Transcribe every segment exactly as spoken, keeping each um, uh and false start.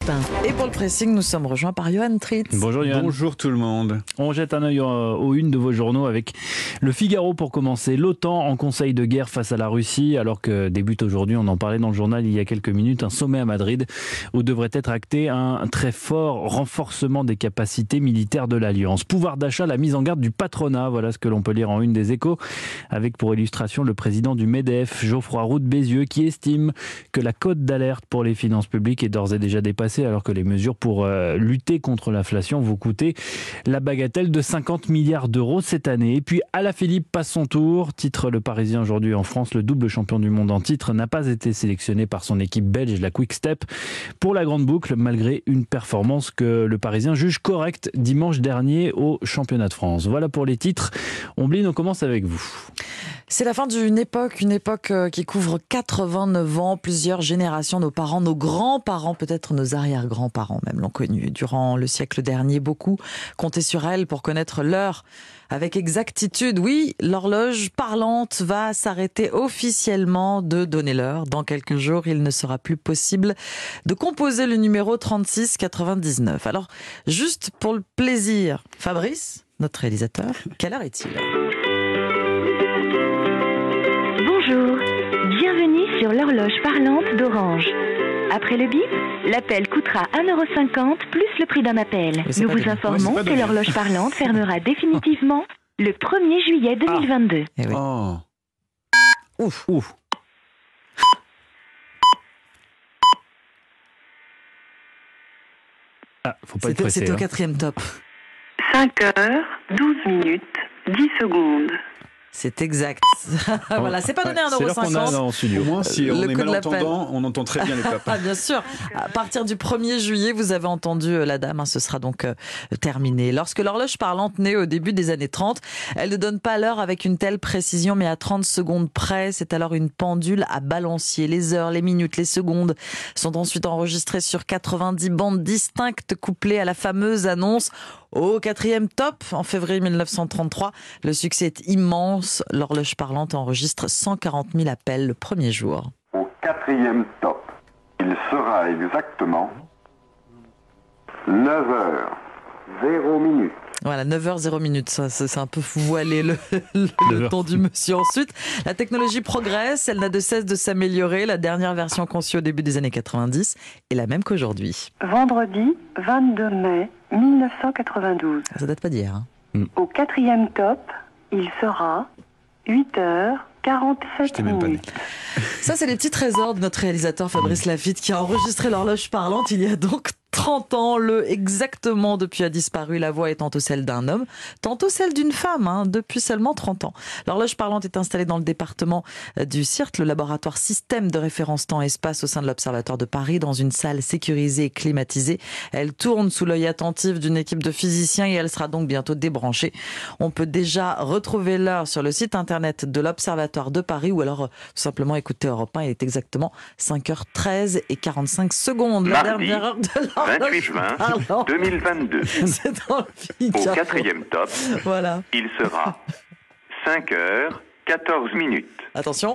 Et pour le pressing, nous sommes rejoints par Johan Tritz. Bonjour Johan. Bonjour tout le monde. On jette un œil aux unes de vos journaux avec le Figaro pour commencer. L'OTAN en conseil de guerre face à la Russie, alors que débute aujourd'hui, on en parlait dans le journal il y a quelques minutes, un sommet à Madrid où devrait être acté un très fort renforcement des capacités militaires de l'Alliance. Pouvoir d'achat, la mise en garde du patronat, voilà ce que l'on peut lire en une des Échos, avec pour illustration le président du MEDEF, Geoffroy Roux de Bézieux, qui estime que la cote d'alerte pour les finances publiques est d'ores et déjà dépassée, alors que les mesures pour euh, lutter contre l'inflation vont coûter la bagatelle de cinquante milliards d'euros cette année. Et puis Alaphilippe passe son tour, titre Le Parisien aujourd'hui en France. Le double champion du monde en titre n'a pas été sélectionné par son équipe belge, la Quick Step, pour la grande boucle, malgré une performance que Le Parisien juge correcte dimanche dernier au championnat de France. Voilà pour les titres. Ombline, on commence avec vous. C'est la fin d'une époque, une époque qui couvre quatre-vingt-neuf ans, plusieurs générations, nos parents, nos grands-parents, peut-être nos arrière-grands-parents même l'ont connue. Durant le siècle dernier, beaucoup comptaient sur elle pour connaître l'heure avec exactitude. Oui, l'horloge parlante va s'arrêter officiellement de donner l'heure. Dans quelques jours, il ne sera plus possible de composer le numéro trente-six quatre-vingt-dix-neuf. Alors, juste pour le plaisir, Fabrice, notre réalisateur, quelle heure est-il ? Bonjour, bienvenue sur l'horloge parlante d'Orange. Après le bip, l'appel coûtera un euro cinquante plus le prix d'un appel. Nous vous informons ouais, que l'horloge parlante fermera définitivement le premier juillet deux mille vingt-deux. Ah. Eh oui. Oh. Ouf, ouf. Ah, faut pas être C'était, pressé, c'était hein. au quatrième top. cinq heures, douze minutes, dix secondes. C'est exact. Voilà, c'est pas donné un C'est euro l'heure qu'on a cinquante. dans le studio. Au moins, si Le on est code malentendant, on entend très bien les tapes. Ah, bien sûr. À partir du premier juillet, vous avez entendu la dame, hein, ce sera donc euh, terminé. Lorsque l'horloge parlante naît au début des années trente, elle ne donne pas l'heure avec une telle précision, mais à trente secondes près. C'est alors une pendule à balancier. Les heures, les minutes, les secondes sont ensuite enregistrées sur quatre-vingt-dix bandes distinctes couplées à la fameuse annonce au quatrième top, en février mille neuf cent trente-trois. Le succès est immense. L'horloge parlante enregistre cent quarante mille appels le premier jour. Au quatrième top, il sera exactement neuf heures zéro minutes. Voilà, neuf heures zéro minutes, ça, c'est un peu voilé le, le, le ton du monsieur. Ensuite, la technologie progresse, elle n'a de cesse de s'améliorer. La dernière version conçue au début des années quatre-vingt-dix est la même qu'aujourd'hui. Vendredi vingt-deux mai mille neuf cent quatre-vingt-douze. Ça date pas d'hier. Hein. Au quatrième top, il sera huit heures quarante-sept minutes. Ça, c'est les petits trésors de notre réalisateur Fabrice Lafitte qui a enregistré l'horloge parlante il y a donc trente ans. Le exactement depuis a disparu, la voix est tantôt celle d'un homme, tantôt celle d'une femme, hein, depuis seulement trente ans. L'horloge parlante est installée dans le département du C I R T, le laboratoire système de référence temps-espace au sein de l'Observatoire de Paris, dans une salle sécurisée et climatisée. Elle tourne sous l'œil attentif d'une équipe de physiciens et elle sera donc bientôt débranchée. On peut déjà retrouver l'heure sur le site internet de l'Observatoire de Paris ou alors tout simplement écouter Europe un. Il est exactement cinq heures treize et quarante-cinq secondes. La Mardi, dernière heure de l'horloge vingt-huit juin deux mille vingt-deux. C'est dans le Figaro. Au quatrième top, Voilà. il sera cinq heures quatorze minutes. Attention.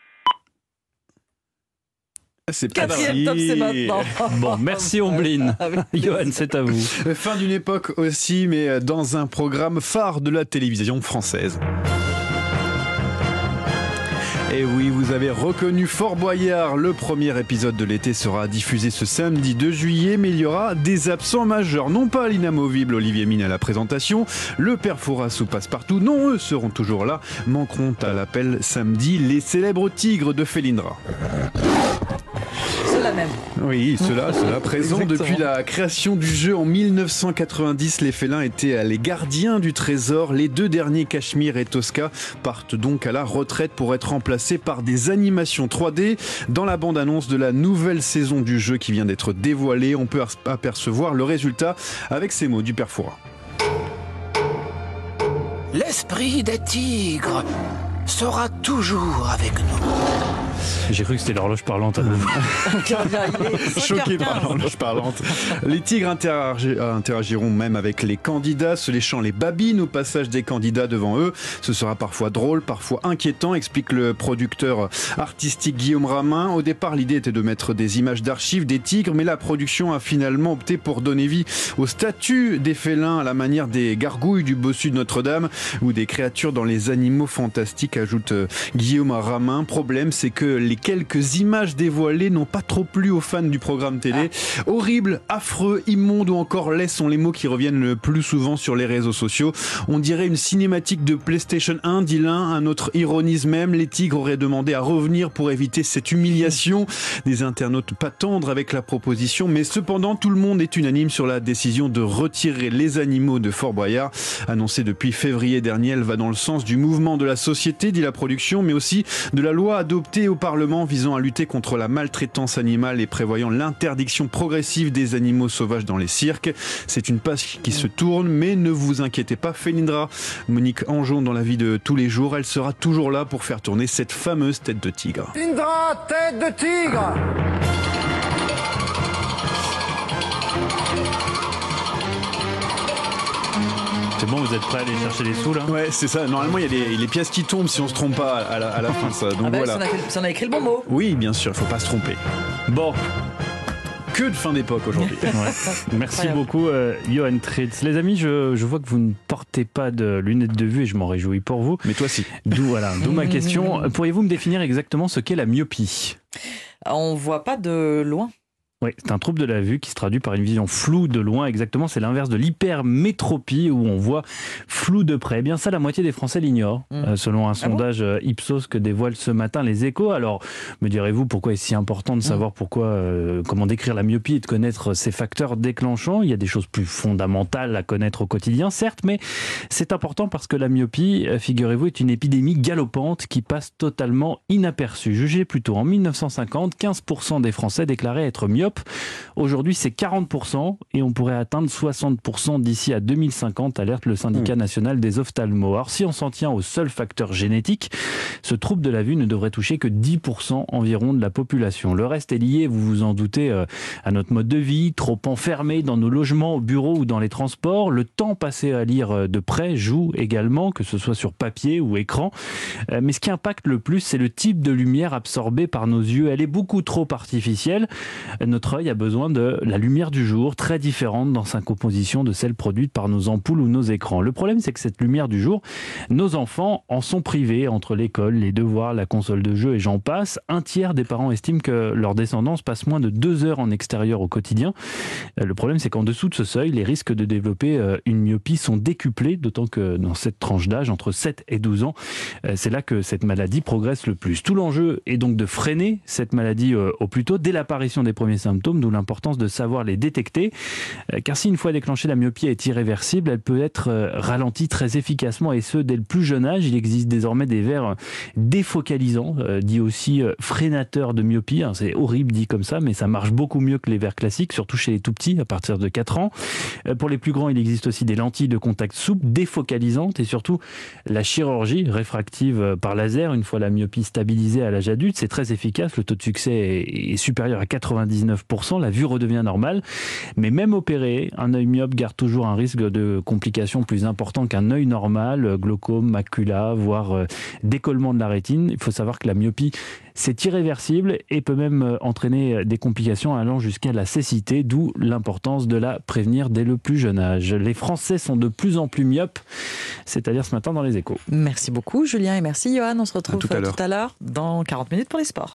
C'est pas Quatrième top, c'est maintenant. Bon, merci Ombline. Avec Johan, c'est à vous. Fin d'une époque aussi, mais dans un programme phare de la télévision française. Et oui, vous avez reconnu Fort Boyard. Le premier épisode de l'été sera diffusé ce samedi deux juillet, mais il y aura des absents majeurs. Non pas l'inamovible Olivier Mine à la présentation, le père Fouras ou Passepartout. Non, eux seront toujours là. Manqueront à l'appel samedi les célèbres tigres de Felindra. Ceux-là même. Oui, ceux-là, ceux-là présents Exactement. depuis la création du jeu en mille neuf cent quatre-vingt-dix. Les félins étaient les gardiens du trésor. Les deux derniers, Cachemire et Tosca, partent donc à la retraite pour être remplacés par des animations trois D. Dans la bande-annonce de la nouvelle saison du jeu qui vient d'être dévoilée, on peut apercevoir le résultat avec ces mots du père Fouras. L'esprit des tigres sera toujours avec nous. J'ai cru que c'était l'horloge parlante. Choqué par l'horloge parlante. Les tigres interagi- interagiront même avec les candidats, se léchant les babines au passage des candidats devant eux. Ce sera parfois drôle, parfois inquiétant, explique le producteur artistique Guillaume Ramin. Au départ, l'idée était de mettre des images d'archives des tigres, mais la production a finalement opté pour donner vie aux statues des félins à la manière des gargouilles du bossu de Notre-Dame ou des créatures dans les animaux fantastiques, ajoute Guillaume Ramin. Problème, c'est que les quelques images dévoilées n'ont pas trop plu aux fans du programme télé. Ah. Horrible, affreux, immonde ou encore laid sont les mots qui reviennent le plus souvent sur les réseaux sociaux. On dirait une cinématique de PlayStation un, dit l'un, un autre ironise même. Les tigres auraient demandé à revenir pour éviter cette humiliation. Des internautes pas tendres avec la proposition, mais cependant tout le monde est unanime sur la décision de retirer les animaux de Fort Boyard. Annoncée depuis février dernier, elle va dans le sens du mouvement de la société, dit la production, mais aussi de la loi adoptée au Parlement visant à lutter contre la maltraitance animale et prévoyant l'interdiction progressive des animaux sauvages dans les cirques. C'est une page qui se tourne, mais ne vous inquiétez pas, Félindra, Monique Anjon dans la vie de tous les jours, elle sera toujours là pour faire tourner cette fameuse tête de tigre. Félindra, tête de tigre! C'est bon, vous êtes prêts à aller chercher les sous là? Ouais, c'est ça. Normalement, il y a des, les pièces qui tombent si on se trompe pas à la, à la fin. Ça. Donc ah bah voilà. Si on, a, si on a écrit le bon mot. Oui, bien sûr, il faut pas se tromper. Bon. Que de fin d'époque aujourd'hui. Ouais. Merci beaucoup, euh, Johan Tritz. Les amis, je, je vois que vous ne portez pas de lunettes de vue et je m'en réjouis pour vous. Mais toi si. D'où voilà, d'où ma question. Pourriez-vous me définir exactement ce qu'est la myopie? On voit pas de loin. Oui, c'est un trouble de la vue qui se traduit par une vision floue de loin. Exactement, c'est l'inverse de l'hypermétropie où on voit flou de près. Eh bien ça, la moitié des Français l'ignorent, mmh. euh, selon un ah sondage bon Ipsos que dévoile ce matin les Échos. Alors, me direz-vous pourquoi est-ce si important de savoir mmh. pourquoi, euh, comment décrire la myopie et de connaître ses facteurs déclenchants? Il y a des choses plus fondamentales à connaître au quotidien, certes, mais c'est important parce que la myopie, figurez-vous, est une épidémie galopante qui passe totalement inaperçue. Jugez plutôt en mille neuf cent cinquante, quinze pour cent des Français déclaraient être myopes. Aujourd'hui, c'est quarante pour cent et on pourrait atteindre soixante pour cent d'ici à deux mille cinquante, alerte le syndicat national des ophtalmos. Alors, si on s'en tient au seul facteur génétique, ce trouble de la vue ne devrait toucher que dix pour cent environ de la population. Le reste est lié, vous vous en doutez, à notre mode de vie, trop enfermé dans nos logements, au bureau ou dans les transports. Le temps passé à lire de près joue également, que ce soit sur papier ou écran. Mais ce qui impacte le plus, c'est le type de lumière absorbée par nos yeux. Elle est beaucoup trop artificielle. Notre œil a besoin de la lumière du jour, très différente dans sa composition de celle produite par nos ampoules ou nos écrans. Le problème, c'est que cette lumière du jour, nos enfants en sont privés entre l'école, les devoirs, la console de jeu et j'en passe. Un tiers des parents estiment que leur descendance passe moins de deux heures en extérieur au quotidien. Le problème, c'est qu'en dessous de ce seuil, les risques de développer une myopie sont décuplés, d'autant que dans cette tranche d'âge, entre sept et douze ans, c'est là que cette maladie progresse le plus. Tout l'enjeu est donc de freiner cette maladie au plus tôt, dès l'apparition des premiers symptômes, d'où l'importance de savoir les détecter. Car si une fois déclenchée, la myopie est irréversible, elle peut être ralentie très efficacement et ce, dès le plus jeune âge. Il existe désormais des verres défocalisants, dit aussi freinateurs de myopie. C'est horrible dit comme ça, mais ça marche beaucoup mieux que les verres classiques, surtout chez les tout petits, à partir de quatre ans. Pour les plus grands, il existe aussi des lentilles de contact souple, défocalisantes et surtout la chirurgie réfractive par laser, une fois la myopie stabilisée à l'âge adulte. C'est très efficace, le taux de succès est supérieur à quatre-vingt-dix-neuf pour cent, la vue redevient normale. Mais même opéré, un œil myope garde toujours un risque de complications plus important qu'un œil normal, glaucome, macula, voire décollement de la rétine. Il faut savoir que la myopie, c'est irréversible et peut même entraîner des complications allant jusqu'à la cécité, d'où l'importance de la prévenir dès le plus jeune âge. Les Français sont de plus en plus myopes, c'est-à-dire ce matin dans les Échos. Merci beaucoup Julien et merci Johan. On se retrouve à tout à l'heure. tout à l'heure dans quarante minutes pour les sports.